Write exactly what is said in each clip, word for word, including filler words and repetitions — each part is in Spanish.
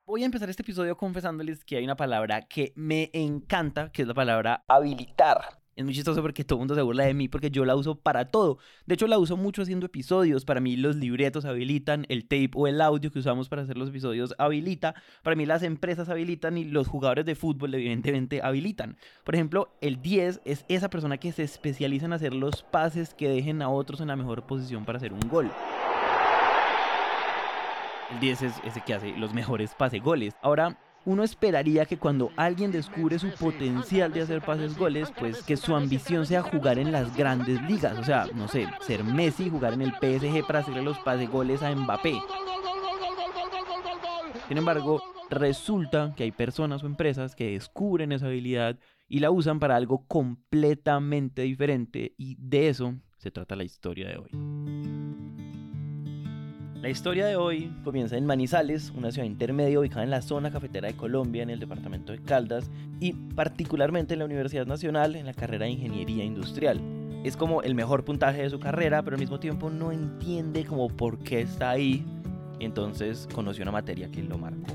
Voy a empezar este episodio confesándoles que hay una palabra que me encanta, que es la palabra habilitar. Es muy chistoso porque todo el mundo se burla de mí porque yo la uso para todo. De hecho, la uso mucho haciendo episodios. Para mí los libretos habilitan, el tape o el audio que usamos para hacer los episodios habilita. Para mí las empresas habilitan y los jugadores de fútbol evidentemente habilitan. Por ejemplo, el diez es esa persona que se especializa en hacer los pases que dejen a otros en la mejor posición para hacer un gol. El diez es ese que hace los mejores pase-goles. Ahora, uno esperaría que cuando alguien descubre su potencial de hacer pases-goles, pues que su ambición sea jugar en las grandes ligas. O sea, no sé, ser Messi y jugar en el P S G para hacerle los pase-goles a Mbappé. Sin embargo, resulta que hay personas o empresas que descubren esa habilidad y la usan para algo completamente diferente, y de eso se trata la historia de hoy. La historia de hoy comienza en Manizales, una ciudad intermedia ubicada en la zona cafetera de Colombia, en el departamento de Caldas, y particularmente en la Universidad Nacional, en la carrera de Ingeniería Industrial. Es como el mejor puntaje de su carrera, pero al mismo tiempo no entiende como por qué está ahí, y entonces conoció una materia que lo marcó.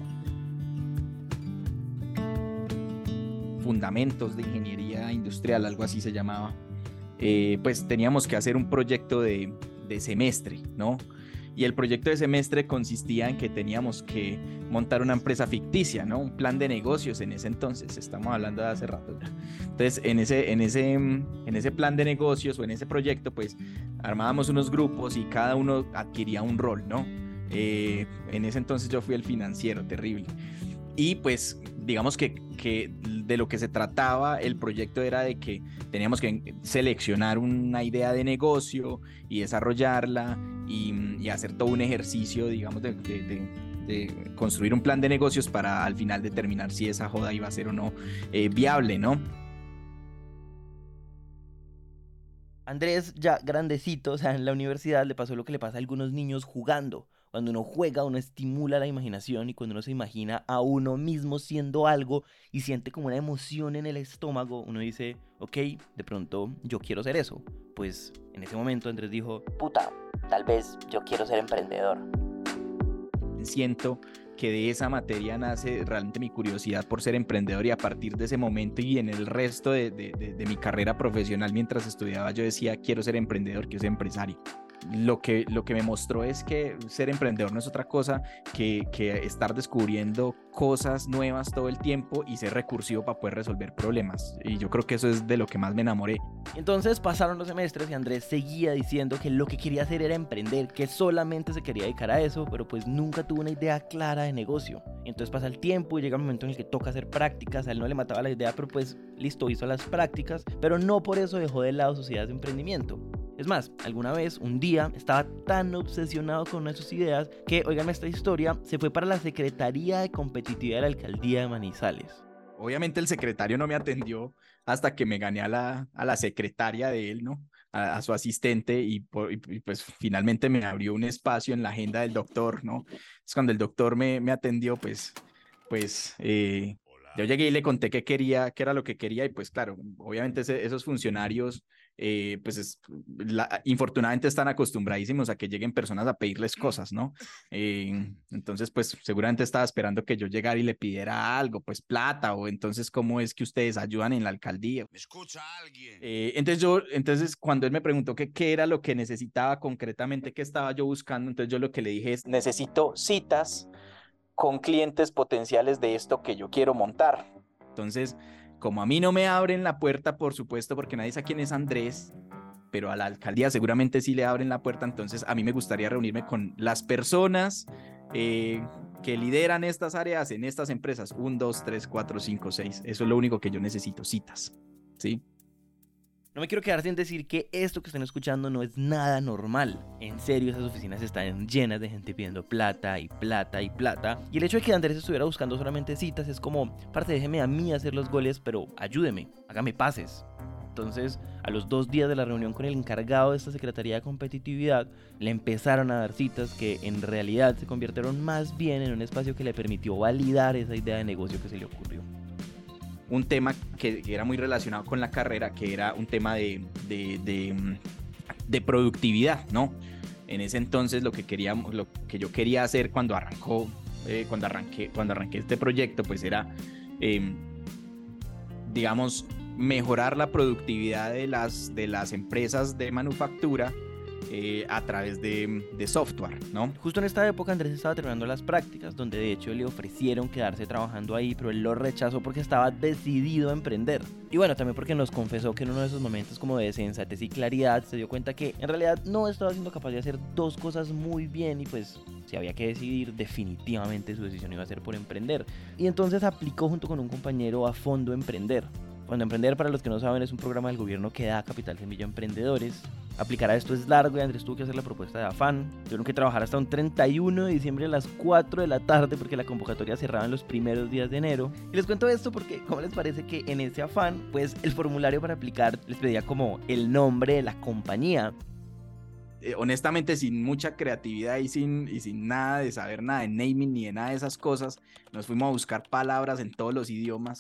Fundamentos de Ingeniería Industrial, algo así se llamaba. Eh, pues teníamos que hacer un proyecto de, de semestre, ¿no? Y el proyecto de semestre consistía en que teníamos que montar una empresa ficticia, ¿no? Un plan de negocios en ese entonces, estamos hablando de hace rato ya. Entonces, en ese, en ese, en ese plan de negocios o en ese proyecto, pues, armábamos unos grupos y cada uno adquiría un rol, ¿no? Eh, en ese entonces yo fui el financiero, terrible. Y pues, digamos que, que de lo que se trataba el proyecto era de que teníamos que seleccionar una idea de negocio y desarrollarla y, y hacer todo un ejercicio, digamos, de, de, de, de construir un plan de negocios para al final determinar si esa joda iba a ser o no eh, viable, ¿no? Andrés, ya grandecito, o sea, en la universidad le pasó lo que le pasa a algunos niños jugando. Cuando uno juega, uno estimula la imaginación, y cuando uno se imagina a uno mismo siendo algo y siente como una emoción en el estómago, uno dice, ok, de pronto yo quiero ser eso. Pues en ese momento Andrés dijo, puta, tal vez yo quiero ser emprendedor. Siento que de esa materia nace realmente mi curiosidad por ser emprendedor, y a partir de ese momento y en el resto de, de, de, de mi carrera profesional mientras estudiaba, yo decía, quiero ser emprendedor, quiero ser empresario. Lo que, lo que me mostró es que ser emprendedor no es otra cosa que, que estar descubriendo cosas nuevas todo el tiempo y ser recursivo para poder resolver problemas, y yo creo que eso es de lo que más me enamoré. Entonces pasaron los semestres y Andrés seguía diciendo que lo que quería hacer era emprender, que solamente se quería dedicar a eso, pero pues nunca tuvo una idea clara de negocio. Y entonces pasa el tiempo y llega un momento en el que toca hacer prácticas. A él no le mataba la idea, pero pues listo, hizo las prácticas, pero no por eso dejó de lado sus ideas de emprendimiento. Es más, alguna vez, un día, estaba tan obsesionado con una de sus ideas que, oigan esta historia, se fue para la Secretaría de Competitividad de la Alcaldía de Manizales. Obviamente el secretario no me atendió hasta que me gané a la, a la secretaria de él, ¿no? A, a su asistente, y, por, y, y pues finalmente me abrió un espacio en la agenda del doctor, ¿no? Es cuando el doctor me, me atendió, pues, pues eh, yo llegué y le conté qué quería, qué era lo que quería, y pues claro, obviamente ese, esos funcionarios, eh, pues es, la, infortunadamente están acostumbradísimos a que lleguen personas a pedirles cosas, ¿no? Eh, entonces, pues seguramente estaba esperando que yo llegara y le pidiera algo, pues plata, o entonces, ¿cómo es que ustedes ayudan en la alcaldía? ¿Me escucha alguien? Eh, entonces yo, entonces cuando él me preguntó que qué era lo que necesitaba concretamente, qué estaba yo buscando, entonces yo lo que le dije es, necesito citas con clientes potenciales de esto que yo quiero montar. Entonces, como a mí no me abren la puerta, por supuesto, porque nadie sabe quién es Andrés, pero a la alcaldía seguramente sí le abren la puerta, entonces a mí me gustaría reunirme con las personas eh, que lideran estas áreas en estas empresas. Un, dos, tres, cuatro, cinco, seis. Eso es lo único que yo necesito, citas, ¿sí? No me quiero quedar sin decir que esto que están escuchando no es nada normal. En serio, esas oficinas están llenas de gente pidiendo plata y plata y plata. Y el hecho de que Andrés estuviera buscando solamente citas es como, parce, déjeme a mí hacer los goles, pero ayúdeme, hágame pases. Entonces, a los dos días de la reunión con el encargado de esta Secretaría de Competitividad, le empezaron a dar citas que en realidad se convirtieron más bien en un espacio que le permitió validar esa idea de negocio que se le ocurrió. Un tema que era muy relacionado con la carrera, que era un tema de, de, de, de productividad, ¿no? En ese entonces lo que, queríamos, lo que yo quería hacer cuando arrancó eh, cuando, arranqué, cuando arranqué este proyecto, pues era, eh, digamos, mejorar la productividad de las, de las empresas de manufactura eh, a través de, de software, ¿no? Justo en esta época Andrés estaba terminando las prácticas, donde de hecho le ofrecieron quedarse trabajando ahí, pero él lo rechazó porque estaba decidido a emprender. Y bueno, también porque nos confesó que en uno de esos momentos como de sensatez y claridad se dio cuenta que en realidad no estaba siendo capaz de hacer dos cosas muy bien y pues si había que decidir, definitivamente su decisión iba a ser por emprender. Y entonces aplicó junto con un compañero a Fondo Emprender. Fondo Emprender, para los que no saben, es un programa del gobierno que da capital semilla a emprendedores. Aplicar a esto es largo y Andrés tuvo que hacer la propuesta de afán. Tuvieron que trabajar hasta un treinta y uno de diciembre a las cuatro de la tarde porque la convocatoria cerraba en los primeros días de enero. Y les cuento esto porque, ¿cómo les parece que en ese afán, pues el formulario para aplicar les pedía como el nombre de la compañía? Eh, honestamente, sin mucha creatividad y sin, y sin nada de saber nada de naming ni de nada de esas cosas, nos fuimos a buscar palabras en todos los idiomas.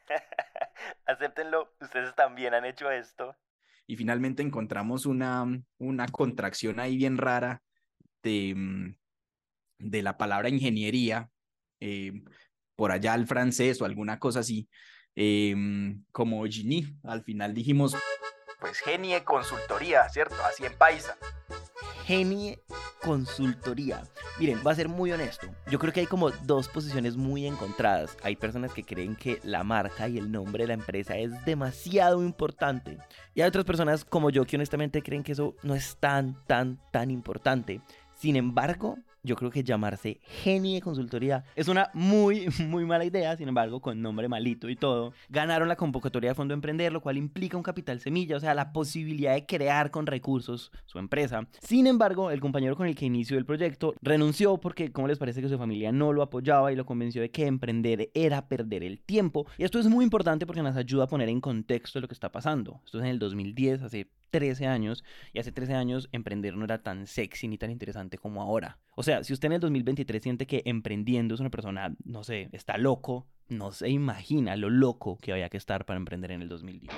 Acéptenlo, ustedes también han hecho esto. Y finalmente encontramos una, una contracción ahí bien rara de, de la palabra ingeniería, eh, por allá al francés o alguna cosa así, eh, como Genie. Al final dijimos, pues Genie Consultoría, ¿cierto? Así en paisa. Genie Consultoría. Miren, voy a ser muy honesto. Yo creo que hay como dos posiciones muy encontradas. Hay personas que creen que la marca y el nombre de la empresa es demasiado importante. Y hay otras personas como yo que honestamente creen que eso no es tan, tan, tan importante. Sin embargo, yo creo que llamarse Genie Consultoría es una muy, muy mala idea. Sin embargo, con nombre malito y todo, ganaron la convocatoria de Fondo Emprender, lo cual implica un capital semilla, o sea, la posibilidad de crear con recursos su empresa. Sin embargo, el compañero con el que inició el proyecto renunció porque, ¿cómo les parece que su familia no lo apoyaba y lo convenció de que emprender era perder el tiempo? Y esto es muy importante porque nos ayuda a poner en contexto lo que está pasando. Esto es en el dos mil diez, hace trece años, y hace trece años emprender no era tan sexy ni tan interesante como ahora. O sea, si usted en el dos mil veintitrés siente que emprendiendo es una persona, no sé, está loco, no se imagina lo loco que había que estar para emprender en el dos mil diez.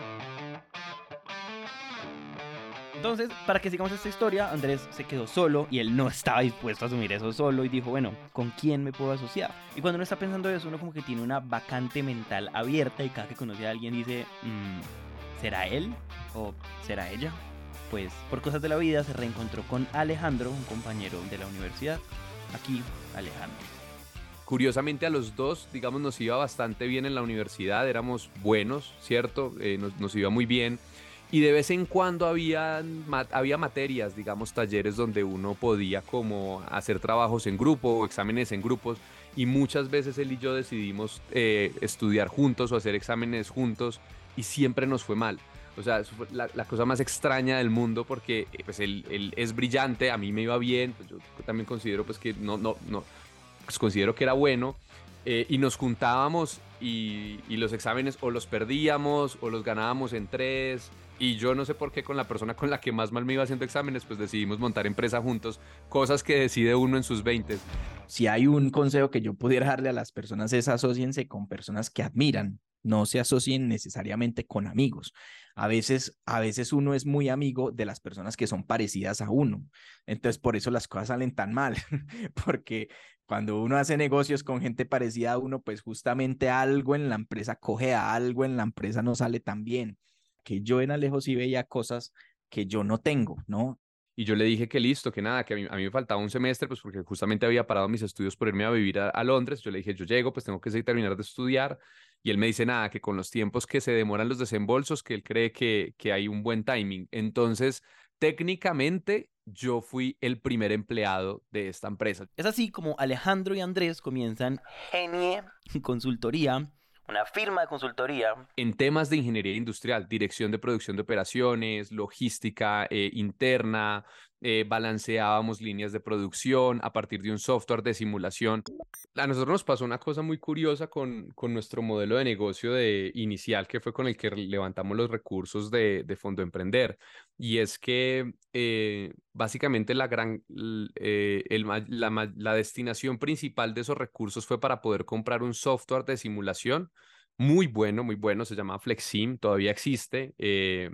Entonces, para que sigamos esta historia, Andrés se quedó solo y él no estaba dispuesto a asumir eso solo y dijo, bueno, ¿con quién me puedo asociar? Y cuando uno está pensando eso, uno como que tiene una vacante mental abierta y cada que conoce a alguien dice, mmm, ¿será él o será ella? Pues por cosas de la vida se reencontró con Alejandro, un compañero de la universidad. Aquí, Alejandro. Curiosamente a los dos, digamos, nos iba bastante bien en la universidad, éramos buenos, ¿cierto? Eh, nos, nos iba muy bien. Y de vez en cuando había, había materias, digamos, talleres donde uno podía como hacer trabajos en grupo o exámenes en grupos. Y muchas veces él y yo decidimos eh, estudiar juntos o hacer exámenes juntos y siempre nos fue mal. O sea, eso fue la, la cosa más extraña del mundo porque pues, él, él es brillante, a mí me iba bien, pues yo también considero pues, que no, no, no, pues, considero que era bueno. Eh, y nos juntábamos y, y los exámenes o los perdíamos o los ganábamos en tres. Y yo no sé por qué con la persona con la que más mal me iba haciendo exámenes, pues decidimos montar empresa juntos, cosas que decide uno en sus veintes. Si hay un consejo que yo pudiera darle a las personas es asóciense con personas que admiran, no se asocien necesariamente con amigos. A veces, a veces uno es muy amigo de las personas que son parecidas a uno. Entonces, por eso las cosas salen tan mal, porque cuando uno hace negocios con gente parecida a uno, pues justamente algo en la empresa coge a algo en la empresa no sale tan bien. Que yo en Alejo sí veía cosas que yo no tengo, ¿no? Y yo le dije que listo, que nada, que a mí, a mí me faltaba un semestre, pues porque justamente había parado mis estudios por irme a vivir a, a Londres. Yo le dije, yo llego, pues tengo que seguir, terminar de estudiar. Y él me dice, nada, que con los tiempos que se demoran los desembolsos, que él cree que, que hay un buen timing. Entonces, técnicamente, yo fui el primer empleado de esta empresa. Es así como Alejandro y Andrés comienzan Genie Consultoría, una firma de consultoría en temas de ingeniería industrial, dirección de producción de operaciones, logística eh, interna, eh, balanceábamos líneas de producción a partir de un software de simulación. A nosotros nos pasó una cosa muy curiosa con, con nuestro modelo de negocio de, inicial, que fue con el que levantamos los recursos de, de Fondo Emprender. Y es que eh, básicamente la, gran, eh, el, la, la destinación principal de esos recursos fue para poder comprar un software de simulación muy bueno, muy bueno, se llama Flexim, todavía existe. Eh,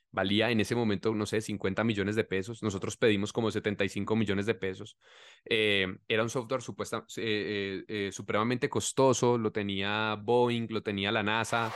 valía en ese momento, no sé, cincuenta millones de pesos. Nosotros pedimos como setenta y cinco millones de pesos. Eh, era un software supuesta, eh, eh, eh, supremamente costoso, lo tenía Boeing, lo tenía la NASA.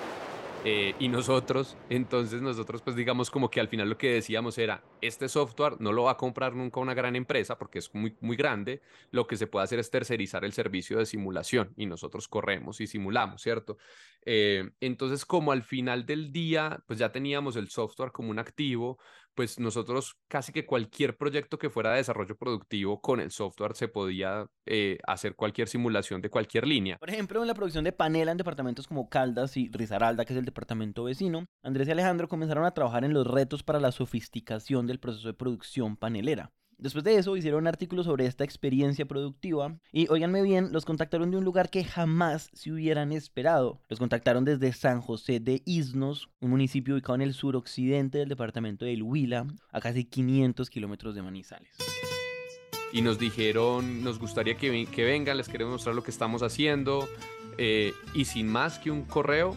Eh, y nosotros, entonces nosotros pues digamos como que al final lo que decíamos era, este software no lo va a comprar nunca una gran empresa porque es muy, muy grande, lo que se puede hacer es tercerizar el servicio de simulación y nosotros corremos y simulamos, ¿cierto? Eh, entonces como al final del día pues ya teníamos el software como un activo, pues nosotros casi que cualquier proyecto que fuera de desarrollo productivo con el software se podía eh, hacer cualquier simulación de cualquier línea. Por ejemplo, en la producción de panela en departamentos como Caldas y Risaralda, que es el departamento vecino, Andrés y Alejandro comenzaron a trabajar en los retos para la sofisticación del proceso de producción panelera. Después de eso, hicieron un artículo sobre esta experiencia productiva y, óiganme bien, los contactaron de un lugar que jamás se hubieran esperado. Los contactaron desde San José de Isnos, un municipio ubicado en el suroccidente del departamento del Huila, a casi quinientos kilómetros de Manizales. Y nos dijeron, nos gustaría que, que vengan, les queremos mostrar lo que estamos haciendo. Eh, y sin más que un correo,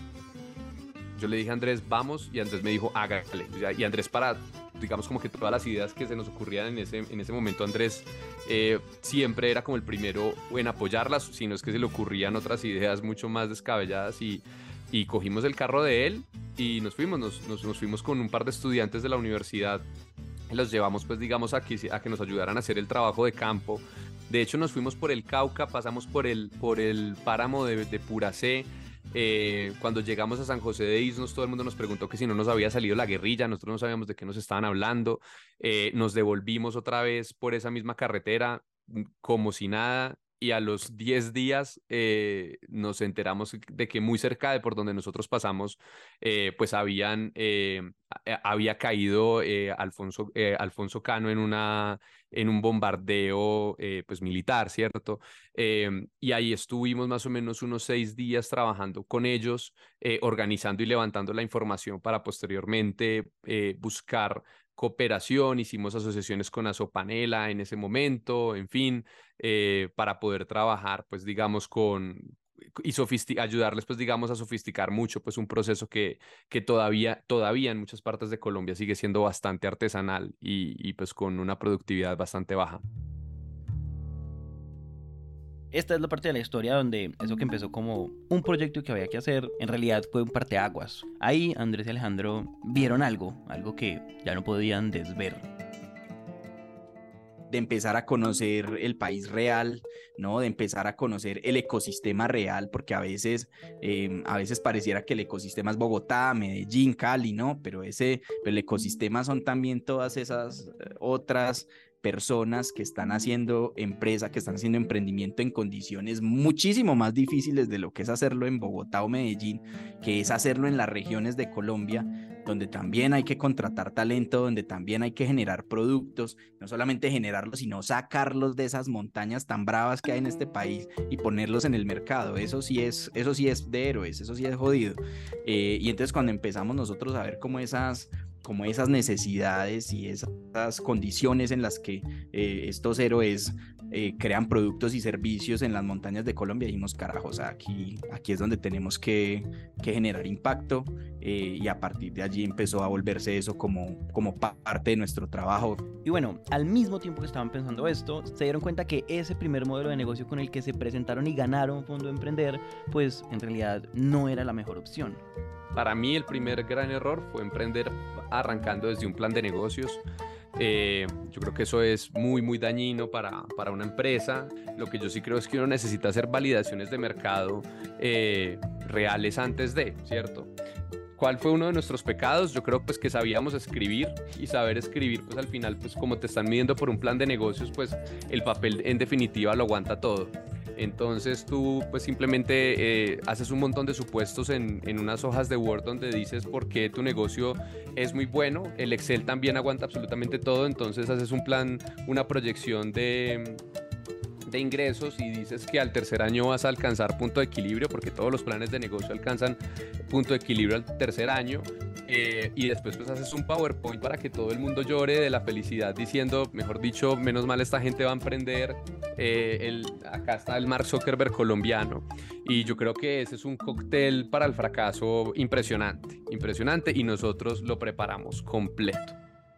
yo le dije a Andrés, vamos, y Andrés me dijo, hágale. Y Andrés, para, digamos, como que todas las ideas que se nos ocurrían en ese, en ese momento, Andrés eh, siempre era como el primero en apoyarlas, sino es que se le ocurrían otras ideas mucho más descabelladas y, y cogimos el carro de él y nos fuimos, nos, nos, nos fuimos con un par de estudiantes de la universidad. Los llevamos, pues, digamos, a que, a que nos ayudaran a hacer el trabajo de campo. De hecho, nos fuimos por el Cauca, pasamos por el, por el páramo de, de Puracé. Eh, cuando llegamos a San José de Isnos, todo el mundo nos preguntó que si no nos había salido la guerrilla. Nosotros no sabíamos de qué nos estaban hablando. Eh, nos devolvimos otra vez por esa misma carretera, como si nada. Y a los diez días eh, nos enteramos de que muy cerca de por donde nosotros pasamos, eh, pues habían, eh, había caído eh, Alfonso, eh, Alfonso Cano en, una, en un bombardeo eh, pues militar, ¿cierto? Eh, y ahí estuvimos más o menos unos seis días trabajando con ellos, eh, organizando y levantando la información para posteriormente eh, buscar cooperación. Hicimos asociaciones con Asopanela en ese momento, en fin, eh, para poder trabajar, pues digamos, con y sofisti- ayudarles, pues digamos, a sofisticar mucho, pues un proceso que, que todavía, todavía en muchas partes de Colombia sigue siendo bastante artesanal y, y pues con una productividad bastante baja. Esta es la parte de la historia donde eso que empezó como un proyecto que había que hacer, en realidad fue un parteaguas. Ahí Andrés y Alejandro vieron algo, algo que ya no podían desver. De empezar a conocer el país real, ¿no? De empezar a conocer el ecosistema real, porque a veces, eh, a veces pareciera que el ecosistema es Bogotá, Medellín, Cali, ¿no? Pero ese, pero el ecosistema son también todas esas eh, otras personas que están haciendo empresa, que están haciendo emprendimiento en condiciones muchísimo más difíciles de lo que es hacerlo en Bogotá o Medellín, que es hacerlo en las regiones de Colombia, donde también hay que contratar talento, donde también hay que generar productos, no solamente generarlos, sino sacarlos de esas montañas tan bravas que hay en este país y ponerlos en el mercado. Eso sí es, eso sí es de héroes, eso sí es jodido. Eh, y entonces cuando empezamos nosotros a ver cómo esas... como esas necesidades y esas condiciones en las que eh, estos héroes eh, crean productos y servicios en las montañas de Colombia, dijimos, carajo, o sea, aquí, aquí es donde tenemos que, que generar impacto, eh, y a partir de allí empezó a volverse eso como, como parte de nuestro trabajo. Y bueno, al mismo tiempo que estaban pensando esto, se dieron cuenta que ese primer modelo de negocio con el que se presentaron y ganaron Fondo Emprender, pues en realidad no era la mejor opción. Para mí el primer gran error fue emprender arrancando desde un plan de negocios. Eh, yo creo que eso es muy, muy dañino para, para una empresa. Lo que yo sí creo es que uno necesita hacer validaciones de mercado eh, reales antes de, ¿cierto? ¿Cuál fue uno de nuestros pecados? Yo creo pues que sabíamos escribir, y saber escribir pues al final pues como te están midiendo por un plan de negocios, pues el papel en definitiva lo aguanta todo. Entonces tú pues simplemente eh, haces un montón de supuestos en, en unas hojas de Word donde dices por qué tu negocio es muy bueno. El Excel también aguanta absolutamente todo, entonces haces un plan, una proyección de, de ingresos y dices que al tercer año vas a alcanzar punto de equilibrio, porque todos los planes de negocio alcanzan punto de equilibrio al tercer año, eh, y después pues haces un PowerPoint para que todo el mundo llore de la felicidad diciendo, mejor dicho, menos mal esta gente va a emprender, eh, el, acá está el Mark Zuckerberg colombiano, y yo creo que ese es un cóctel para el fracaso impresionante, impresionante, y nosotros lo preparamos completo.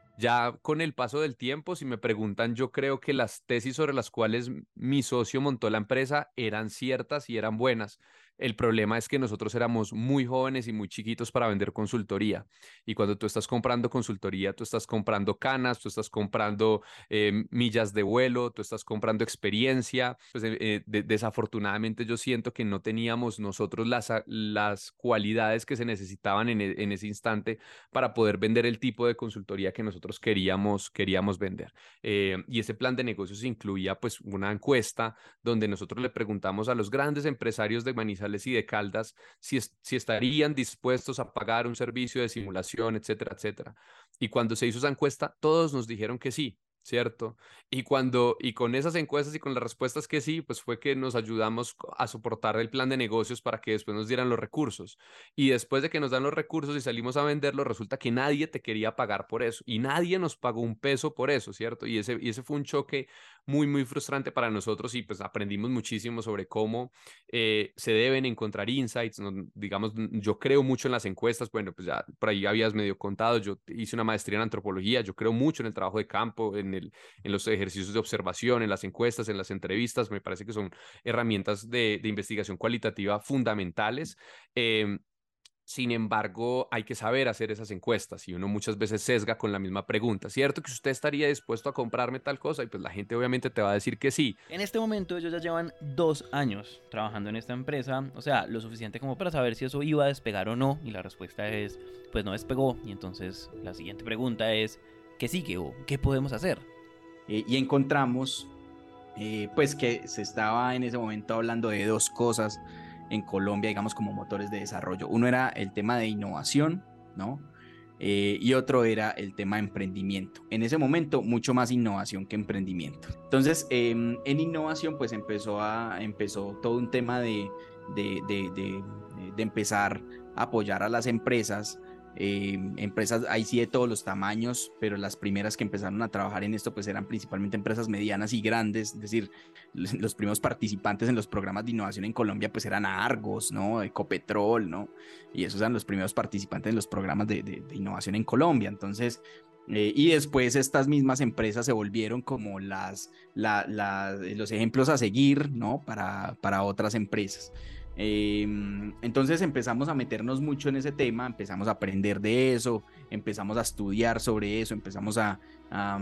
Ya con el paso del tiempo, si me preguntan, yo creo que las tesis sobre las cuales mi socio montó la empresa eran ciertas y eran buenas. El problema es que nosotros éramos muy jóvenes y muy chiquitos para vender consultoría. Y cuando tú estás comprando consultoría, tú estás comprando canas, tú estás comprando eh, millas de vuelo, tú estás comprando experiencia. Pues eh, eh, de, desafortunadamente yo siento que no teníamos nosotros las, las cualidades que se necesitaban en, en ese instante para poder vender el tipo de consultoría que nosotros queríamos, queríamos vender. Eh, y ese plan de negocios incluía pues una encuesta donde nosotros le preguntamos a los grandes empresarios de Manizales y de Caldas si, es, si estarían dispuestos a pagar un servicio de simulación, etcétera, etcétera. Y cuando se hizo esa encuesta, todos nos dijeron que sí, ¿cierto? Y cuando, y con esas encuestas y con las respuestas que sí, pues fue que nos ayudamos a soportar el plan de negocios para que después nos dieran los recursos. Y después de que nos dan los recursos y salimos a venderlo, resulta que nadie te quería pagar por eso y nadie nos pagó un peso por eso, ¿cierto? Y ese, y ese fue un choque muy, muy frustrante para nosotros y pues aprendimos muchísimo sobre cómo eh, se deben encontrar insights, ¿no? Digamos, yo creo mucho en las encuestas, bueno, pues ya por ahí habías medio contado, yo hice una maestría en antropología, yo creo mucho en el trabajo de campo, en El, en los ejercicios de observación, en las encuestas, en las entrevistas, me parece que son herramientas de, de investigación cualitativa fundamentales. Eh, sin embargo, hay que saber hacer esas encuestas y uno muchas veces sesga con la misma pregunta, ¿cierto que usted estaría dispuesto a comprarme tal cosa? Y pues la gente obviamente te va a decir que sí. En este momento ellos ya llevan dos años trabajando en esta empresa, o sea, lo suficiente como para saber si eso iba a despegar o no, y la respuesta es, pues no despegó, y entonces la siguiente pregunta es, ¿qué sigue o qué podemos hacer? Eh, y encontramos eh, pues que se estaba en ese momento hablando de dos cosas en Colombia, digamos, como motores de desarrollo. Uno era el tema de innovación, ¿no? Eh, y otro era el tema de emprendimiento. En ese momento, mucho más innovación que emprendimiento. Entonces, eh, en innovación, pues empezó, a, empezó todo un tema de, de, de, de, de empezar a apoyar a las empresas. Eh, empresas ahí sí de todos los tamaños, pero las primeras que empezaron a trabajar en esto pues eran principalmente empresas medianas y grandes, es decir, los primeros participantes en los programas de innovación en Colombia pues eran Argos, ¿no? Ecopetrol, ¿no? Y esos eran los primeros participantes en los programas de, de, de innovación en Colombia. Entonces, eh, y después estas mismas empresas se volvieron como las, la, la, los ejemplos a seguir, ¿no? Para, para otras empresas. Eh, entonces empezamos a meternos mucho en ese tema, empezamos a aprender de eso, empezamos a estudiar sobre eso, empezamos a, a,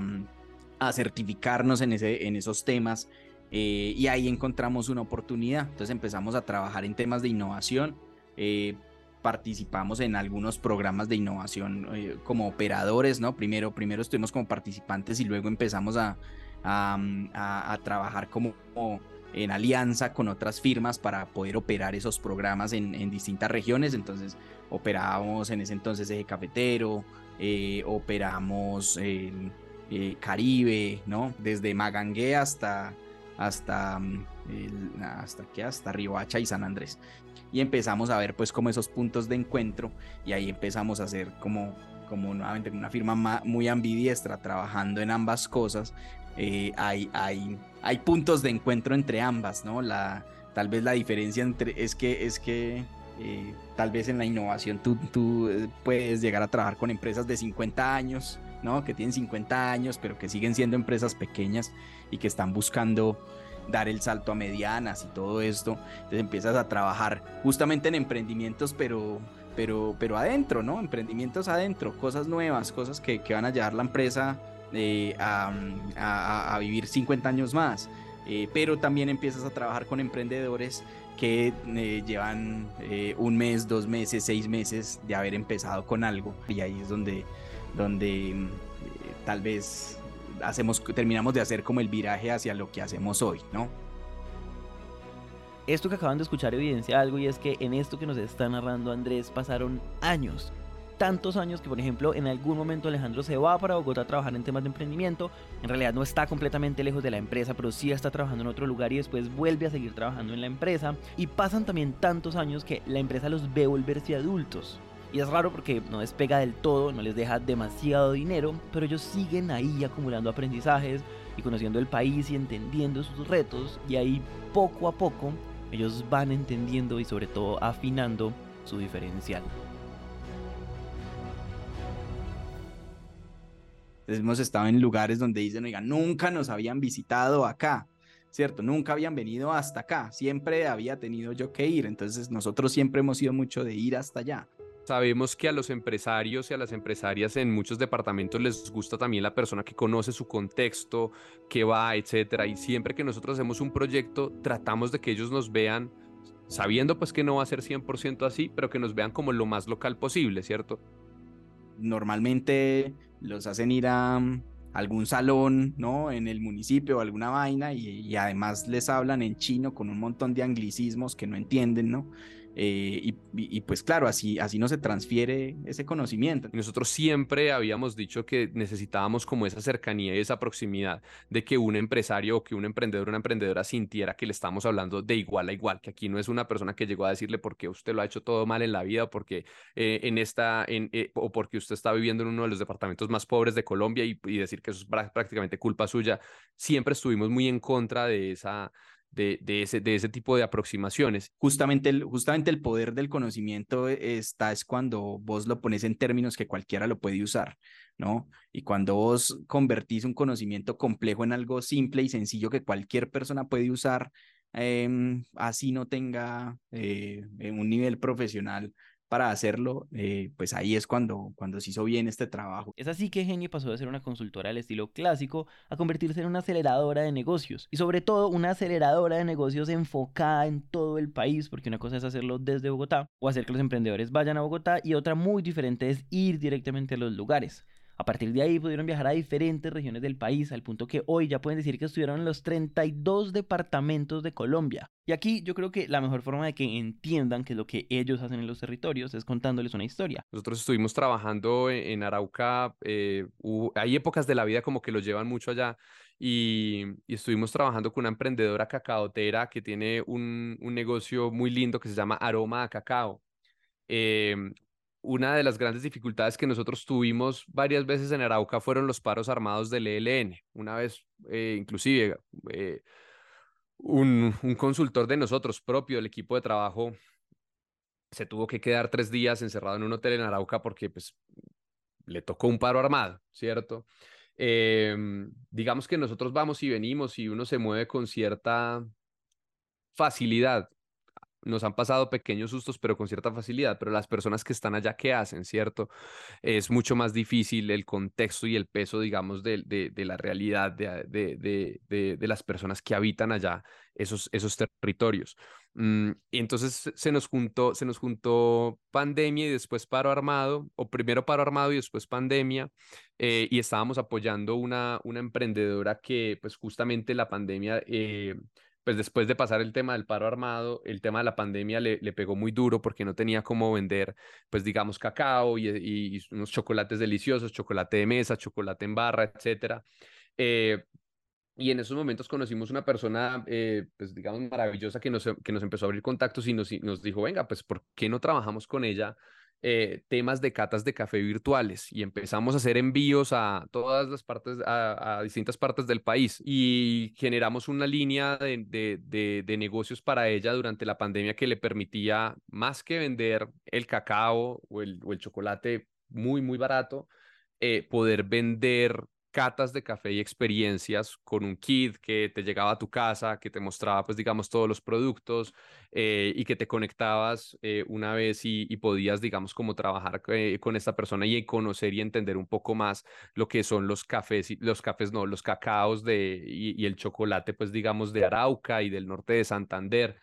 a certificarnos en, ese, en esos temas, eh, y ahí encontramos una oportunidad. Entonces empezamos a trabajar en temas de innovación, eh, participamos en algunos programas de innovación eh, como operadores, ¿no? Primero, primero estuvimos como participantes y luego empezamos a, a, a, a trabajar como... como en alianza con otras firmas para poder operar esos programas en, en distintas regiones. Entonces operábamos en ese entonces Eje Cafetero, eh, operamos en eh, Caribe, ¿no? Desde Magangué hasta hasta el, hasta ¿qué? Hasta Riohacha y San Andrés, y empezamos a ver pues como esos puntos de encuentro, y ahí empezamos a hacer como como nuevamente una firma muy ambidiestra trabajando en ambas cosas. Eh, hay, hay, hay puntos de encuentro entre ambas, ¿no? La, tal vez la diferencia entre, es que, es que eh, tal vez en la innovación tú, tú puedes llegar a trabajar con empresas de cincuenta años, ¿no? Que tienen cincuenta años, pero que siguen siendo empresas pequeñas y que están buscando dar el salto a medianas y todo esto. Entonces empiezas a trabajar justamente en emprendimientos, pero... Pero, pero adentro, ¿no? Emprendimientos adentro, cosas nuevas, cosas que, que van a llevar la empresa eh, a, a, a vivir cincuenta años más. Eh, pero también empiezas a trabajar con emprendedores que eh, llevan eh, un mes, dos meses, seis meses de haber empezado con algo. Y ahí es donde, donde eh, tal vez hacemos, terminamos de hacer como el viraje hacia lo que hacemos hoy, ¿no? Esto que acaban de escuchar evidencia algo, y es que en esto que nos está narrando Andrés pasaron años, tantos años que, por ejemplo, en algún momento Alejandro se va para Bogotá a trabajar en temas de emprendimiento. En realidad no está completamente lejos de la empresa, pero sí está trabajando en otro lugar y después vuelve a seguir trabajando en la empresa. Y pasan también tantos años que la empresa los ve volverse adultos. Y es raro porque no despega del todo, no les deja demasiado dinero, pero ellos siguen ahí acumulando aprendizajes y conociendo el país y entendiendo sus retos, y ahí poco a poco ellos van entendiendo y sobre todo afinando su diferencial. Hemos estado en lugares donde dicen, oiga, nunca nos habían visitado acá, ¿cierto? Nunca habían venido hasta acá, siempre había tenido yo que ir, entonces nosotros siempre hemos sido mucho de ir hasta allá. Sabemos que a los empresarios y a las empresarias en muchos departamentos les gusta también la persona que conoce su contexto, que va, etcétera. Y siempre que nosotros hacemos un proyecto, tratamos de que ellos nos vean, sabiendo pues que no va a ser cien por ciento así, pero que nos vean como lo más local posible, ¿cierto? Normalmente los hacen ir a um, algún salón, ¿no? En el municipio o alguna vaina y, y además les hablan en chino con un montón de anglicismos que no entienden, ¿no? Eh, y, y, y pues claro, así, así no se transfiere ese conocimiento. Y nosotros siempre habíamos dicho que necesitábamos como esa cercanía y esa proximidad de que un empresario o que un emprendedor o una emprendedora sintiera que le estamos hablando de igual a igual, que aquí no es una persona que llegó a decirle por qué usted lo ha hecho todo mal en la vida o porque, eh, en esta, en, eh, o porque usted está viviendo en uno de los departamentos más pobres de Colombia y, y decir que eso es prácticamente culpa suya. Siempre estuvimos muy en contra de esa de, de, ese, de ese tipo de aproximaciones. Justamente el, justamente el poder del conocimiento está es cuando vos lo pones en términos que cualquiera lo puede usar, ¿no? Y cuando vos convertís un conocimiento complejo en algo simple y sencillo que cualquier persona puede usar, eh, así no tenga eh, un nivel profesional para hacerlo, eh, pues ahí es cuando, cuando se hizo bien este trabajo. Es así que Genie pasó de ser una consultora al estilo clásico a convertirse en una aceleradora de negocios. Y sobre todo una aceleradora de negocios enfocada en todo el país, porque una cosa es hacerlo desde Bogotá o hacer que los emprendedores vayan a Bogotá, y otra muy diferente es ir directamente a los lugares. A partir de ahí pudieron viajar a diferentes regiones del país, al punto que hoy ya pueden decir que estuvieron en los treinta y dos departamentos de Colombia. Y aquí yo creo que la mejor forma de que entiendan qué es lo que ellos hacen en los territorios es contándoles una historia. Nosotros estuvimos trabajando en, en Arauca, eh, hubo- hay épocas de la vida como que lo llevan mucho allá y, y estuvimos trabajando con una emprendedora cacaotera que tiene un, un negocio muy lindo que se llama Aroma a Cacao. Eh, una de las grandes dificultades que nosotros tuvimos varias veces en Arauca fueron los paros armados del E L N. Una vez, eh, inclusive, eh, un, un consultor de nosotros propio, del equipo de trabajo, se tuvo que quedar tres días encerrado en un hotel en Arauca porque pues, le tocó un paro armado, ¿cierto? Eh, digamos que nosotros vamos y venimos y uno se mueve con cierta facilidad. Nos han pasado pequeños sustos, pero con cierta facilidad, pero las personas que están allá, ¿qué hacen, cierto? Es mucho más difícil el contexto y el peso, digamos, de, de, de la realidad de, de, de, de, de las personas que habitan allá esos, esos territorios. Mm, y entonces se nos juntó, se nos juntó pandemia y después paro armado, o primero paro armado y después pandemia, eh, y estábamos apoyando una, una emprendedora que, pues justamente la pandemia... Eh, pues después de pasar el tema del paro armado, el tema de la pandemia le, le pegó muy duro porque no tenía cómo vender, pues digamos, cacao y, y unos chocolates deliciosos, chocolate de mesa, chocolate en barra, etcétera. Eh, y en esos momentos conocimos una persona, eh, pues digamos, maravillosa que nos, que nos empezó a abrir contactos y nos, y nos dijo, venga, pues ¿por qué no trabajamos con ella eh, temas de catas de café virtuales? Y empezamos a hacer envíos a todas las partes, a, a distintas partes del país y generamos una línea de, de, de, de negocios para ella durante la pandemia que le permitía, más que vender el cacao o el, o el chocolate muy, muy barato, eh, poder vender catas de café y experiencias con un kit que te llegaba a tu casa, que te mostraba, pues, digamos, todos los productos eh, y que te conectabas eh, una vez y, y podías, digamos, como trabajar eh, con esta persona y conocer y entender un poco más lo que son los cafés, y, los cafés no, los cacaos de, y, y el chocolate, pues, digamos, de Arauca y del norte de Santander.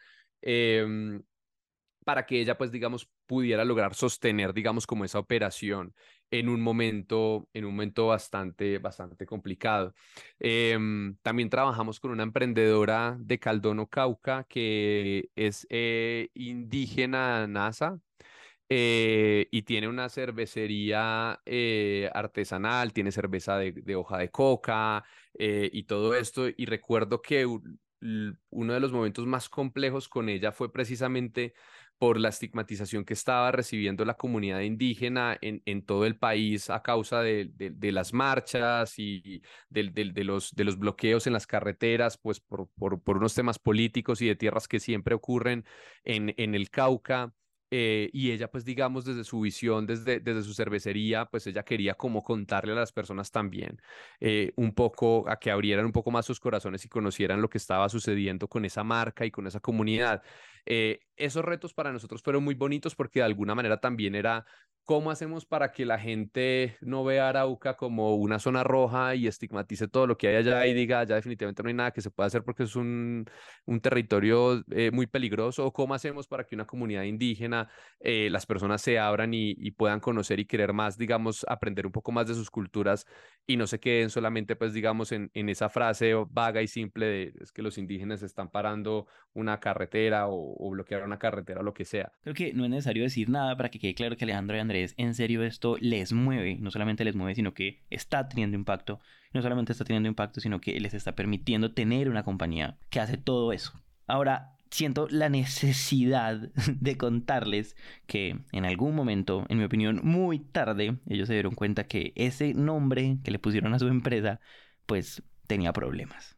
Eh, para que ella, pues, digamos, pudiera lograr sostener, digamos, como esa operación en un momento, en un momento bastante, bastante complicado. Em, también trabajamos con una emprendedora de Caldono, Cauca, que es eh, indígena nasa. eh, y tiene una cervecería eh, artesanal, tiene cerveza de, de hoja de coca eh, y todo esto. Y recuerdo que u- l- uno de los momentos más complejos con ella fue precisamente por la estigmatización que estaba recibiendo la comunidad indígena en, en todo el país a causa de, de- de las marchas y del- del- de, los, de los bloqueos en las carreteras, pues por, por, por unos temas políticos y de tierras que siempre ocurren en, en el Cauca. Eh, y ella, pues digamos, desde su visión, desde, desde su cervecería, pues ella quería como contarle a las personas también eh, un poco, a que abrieran un poco más sus corazones y conocieran lo que estaba sucediendo con esa marca y con esa comunidad. Eh, esos retos para nosotros fueron muy bonitos porque de alguna manera también era cómo hacemos para que la gente no vea Arauca como una zona roja y estigmatice todo lo que hay allá y diga, ya definitivamente no hay nada que se pueda hacer porque es un, un territorio eh, muy peligroso, o cómo hacemos para que una comunidad indígena, eh, las personas se abran y, y puedan conocer y querer más, digamos, aprender un poco más de sus culturas y no se queden solamente, pues, digamos, en, en esa frase vaga y simple de es que los indígenas están parando una carretera o, o bloquear una carretera o lo que sea. Creo que no es necesario decir nada para que quede claro que Alejandro y Andrés en serio esto les mueve, no solamente les mueve, sino que está teniendo impacto. No solamente está teniendo impacto, sino que les está permitiendo tener una compañía que hace todo eso. Ahora, siento la necesidad de contarles que en algún momento, en mi opinión muy tarde, ellos se dieron cuenta que ese nombre que le pusieron a su empresa, pues tenía problemas.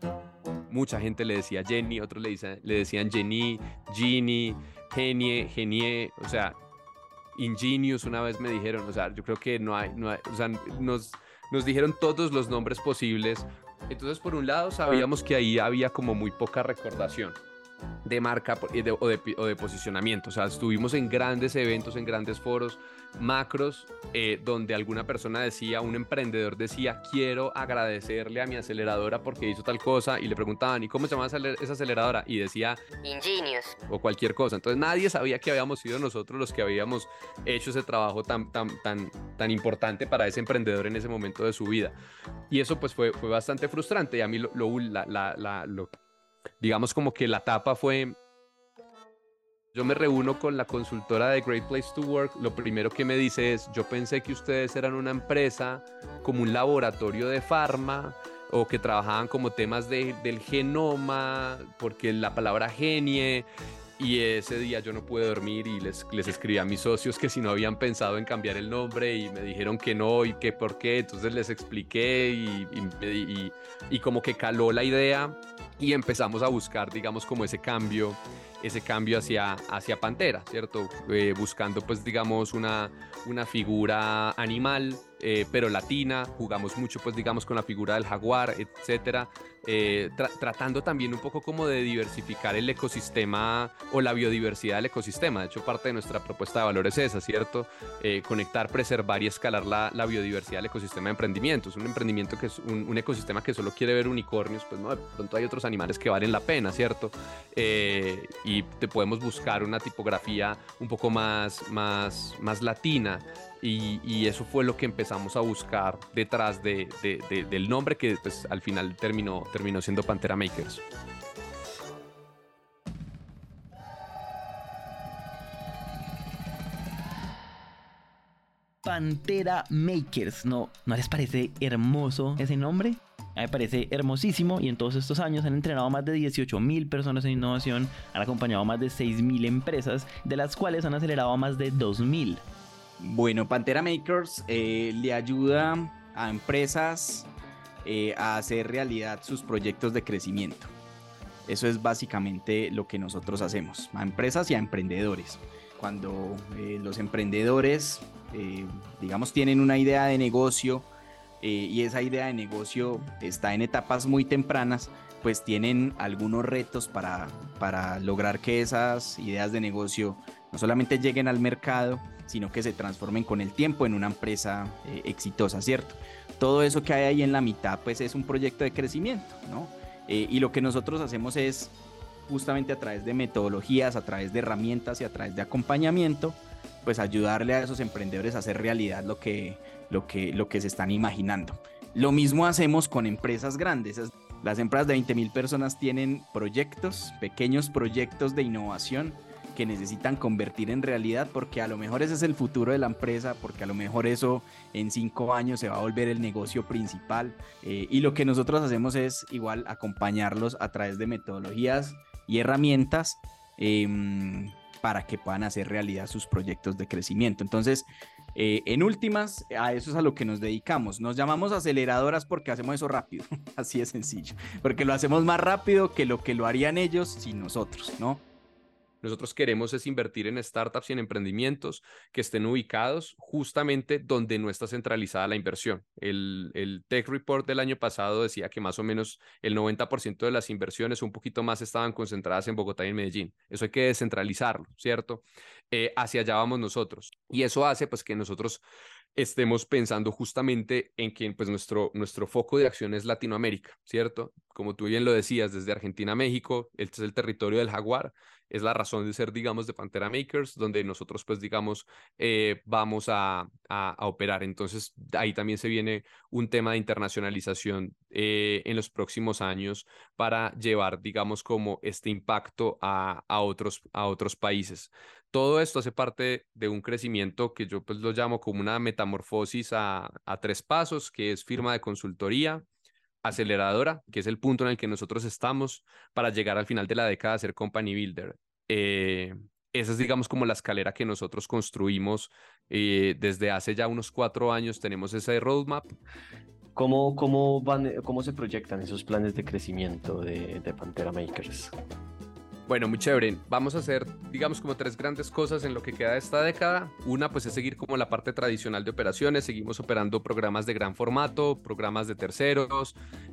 Mucha gente le decía Jenny, otros le, dice- le decían Jenny, Ginny, Genie, Genie, o sea, Ingenious una vez me dijeron, o sea, yo creo que no hay, no hay, o sea, nos, nos dijeron todos los nombres posibles. Entonces, por un lado, sabíamos que ahí había como muy poca recordación de marca po- y de- o, de, pi- o de posicionamiento. O sea, estuvimos en grandes eventos, en grandes foros, macros, eh, donde alguna persona decía, un emprendedor decía, quiero agradecerle a mi aceleradora porque hizo tal cosa, y le preguntaban, ¿y cómo se llama esa acer- esa aceleradora? Y decía, Ingenious. o cualquier cosa. Entonces nadie sabía que habíamos sido nosotros los que habíamos hecho ese trabajo tan, tan, tan, tan importante para ese emprendedor en ese momento de su vida. Y eso pues fue, fue bastante frustrante. Y a mí lo, lo, la, la, la, lo digamos como que la tapa fue, yo me reúno con la consultora de Great Place to Work, lo primero que me dice es, yo pensé que ustedes eran una empresa como un laboratorio de farma o que trabajaban como temas de, del genoma, porque la palabra genie, y ese día yo no pude dormir y les, les escribí a mis socios que si no habían pensado en cambiar el nombre y me dijeron que no y que por qué, entonces les expliqué y, y, y, y como que caló la idea y empezamos a buscar, digamos, como ese cambio, ese cambio hacia, hacia Pantera, ¿cierto? Eh, buscando, pues, digamos, una, una figura animal, eh, pero latina, jugamos mucho, pues, digamos, con la figura del jaguar, etcétera, eh, tra tratando también un poco como de diversificar el ecosistema o la biodiversidad del ecosistema. De hecho, parte de nuestra propuesta de valor es esa, ¿cierto? Eh, conectar, preservar y escalar la, la biodiversidad del ecosistema de emprendimientos. Un emprendimiento que es un, un ecosistema que solo quiere ver unicornios, pues no, de pronto hay otros animales que valen la pena, ¿cierto? Eh, y te podemos buscar una tipografía un poco más, más, más latina. Y, y eso fue lo que empezamos a buscar detrás de, de, de, del nombre que pues, al final terminó, terminó siendo Pantera Makers. Pantera Makers, ¿no, ¿no les parece hermoso ese nombre? A mí me parece hermosísimo, y en todos estos años han entrenado a más de dieciocho mil personas en innovación, han acompañado a más de seis mil empresas, de las cuales han acelerado a más de dos mil. Bueno, Pantera Makers eh, le ayuda a empresas eh, a hacer realidad sus proyectos de crecimiento. Eso es básicamente lo que nosotros hacemos, a empresas y a emprendedores. Cuando eh, los emprendedores, eh, digamos, tienen una idea de negocio eh, y esa idea de negocio está en etapas muy tempranas, pues tienen algunos retos para, para lograr que esas ideas de negocio no solamente lleguen al mercado, sino que se transformen con el tiempo en una empresa eh, exitosa, ¿cierto? Todo eso que hay ahí en la mitad, pues es un proyecto de crecimiento, ¿no? Eh, y lo que nosotros hacemos es, justamente a través de metodologías, a través de herramientas y a través de acompañamiento, pues ayudarle a esos emprendedores a hacer realidad lo que, lo que, lo que se están imaginando. Lo mismo hacemos con empresas grandes. Las empresas de veinte mil personas tienen proyectos, pequeños proyectos de innovación, que necesitan convertir en realidad, porque a lo mejor ese es el futuro de la empresa, porque a lo mejor eso en cinco años se va a volver el negocio principal, eh, y lo que nosotros hacemos es igual acompañarlos a través de metodologías y herramientas eh, para que puedan hacer realidad sus proyectos de crecimiento. Entonces, eh, en últimas, a eso es a lo que nos dedicamos. Nos llamamos aceleradoras porque hacemos eso rápido, así de sencillo, porque lo hacemos más rápido que lo que lo harían ellos sin nosotros, ¿no? Nosotros queremos es invertir en startups y en emprendimientos que estén ubicados justamente donde no está centralizada la inversión. El, el Tech Report del año pasado decía que más o menos el noventa por ciento de las inversiones, un poquito más, estaban concentradas en Bogotá y en Medellín. Eso hay que descentralizarlo, ¿cierto? Eh, hacia allá vamos nosotros. Y eso hace pues que nosotros estemos pensando justamente en que pues, nuestro, nuestro foco de acción es Latinoamérica, ¿cierto? Como tú bien lo decías, desde Argentina a México, este es el territorio del jaguar, es la razón de ser, digamos, de Pantera Makers, donde nosotros, pues, digamos, eh, vamos a, a, a operar. Entonces, ahí también se viene un tema de internacionalización eh, en los próximos años para llevar, digamos, como este impacto a, a, otros, a otros países. Todo esto hace parte de un crecimiento que yo pues lo llamo como una metamorfosis a, a tres pasos, que es firma de consultoría, aceleradora, que es el punto en el que nosotros estamos para llegar al final de la década a ser company builder. Eh, esa es, digamos, como la escalera que nosotros construimos eh, desde hace ya unos cuatro años. Tenemos ese roadmap. ¿Cómo, cómo, van, cómo se proyectan esos planes de crecimiento de, de Pantera Makers? Bueno, muy chévere. Vamos a hacer, digamos, como tres grandes cosas en lo que queda de esta década. Una, pues, es seguir como la parte tradicional de operaciones. Seguimos operando programas de gran formato, programas de terceros.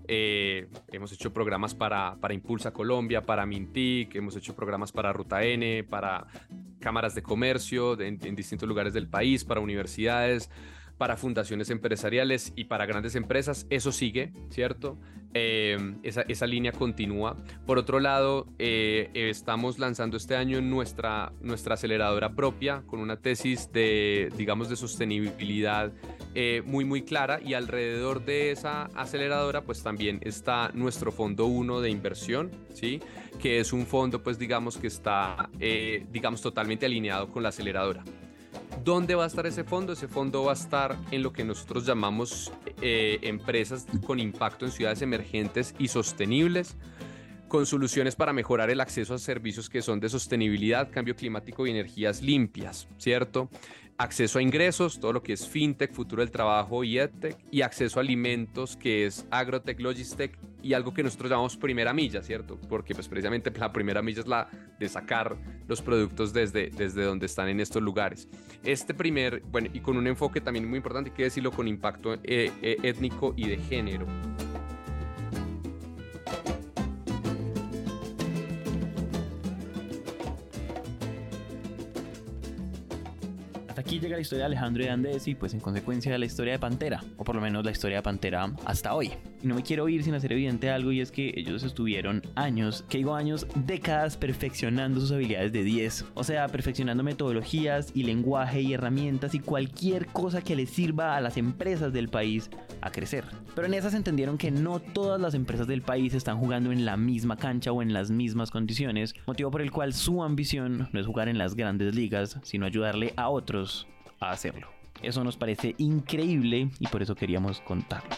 Eh, hemos hecho programas para, para Impulsa Colombia, para Mintic. Hemos hecho programas para Ruta N, para cámaras de comercio de, en, en distintos lugares del país, para universidades, para fundaciones empresariales y para grandes empresas. Eso sigue, ¿cierto? Eh, esa, esa línea continúa. Por otro lado, eh, estamos lanzando este año nuestra, nuestra aceleradora propia con una tesis de, digamos, de sostenibilidad eh, muy, muy clara, y alrededor de esa aceleradora, pues también está nuestro fondo uno de inversión, ¿sí? Que es un fondo, pues, digamos, que está, eh, digamos, totalmente alineado con la aceleradora. ¿Dónde va a estar ese fondo? Ese fondo va a estar en lo que nosotros llamamos eh, empresas con impacto en ciudades emergentes y sostenibles, con soluciones para mejorar el acceso a servicios que son de sostenibilidad, cambio climático y energías limpias, ¿cierto? Acceso a ingresos, todo lo que es fintech, futuro del trabajo y edtech, y acceso a alimentos, que es agrotech, logistech, y algo que nosotros llamamos primera milla, ¿cierto? Porque pues precisamente la primera milla es la de sacar los productos desde, desde donde están en estos lugares. Este primer, bueno, y con un enfoque también muy importante, hay que decirlo, con impacto eh, eh, étnico y de género. Aquí llega la historia de Alejandro y de Andrés, y pues en consecuencia la historia de Pantera, o por lo menos la historia de Pantera hasta hoy. Y no me quiero ir sin hacer evidente algo, y es que ellos estuvieron años, que digo años, décadas perfeccionando sus habilidades de diez. O sea, perfeccionando metodologías y lenguaje y herramientas y cualquier cosa que les sirva a las empresas del país a crecer. Pero en esas entendieron que no todas las empresas del país están jugando en la misma cancha o en las mismas condiciones, motivo por el cual su ambición no es jugar en las grandes ligas, sino ayudarle a otros a hacerlo. Eso nos parece increíble y por eso queríamos contarlo.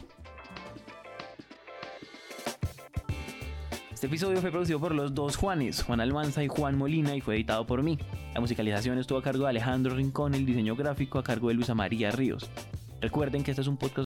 Este episodio fue producido por los dos Juanes, Juan Almanza y Juan Molina, y fue editado por mí. La musicalización estuvo a cargo de Alejandro Rincón, el diseño gráfico a cargo de Luisa María Ríos. Recuerden que este es un podcast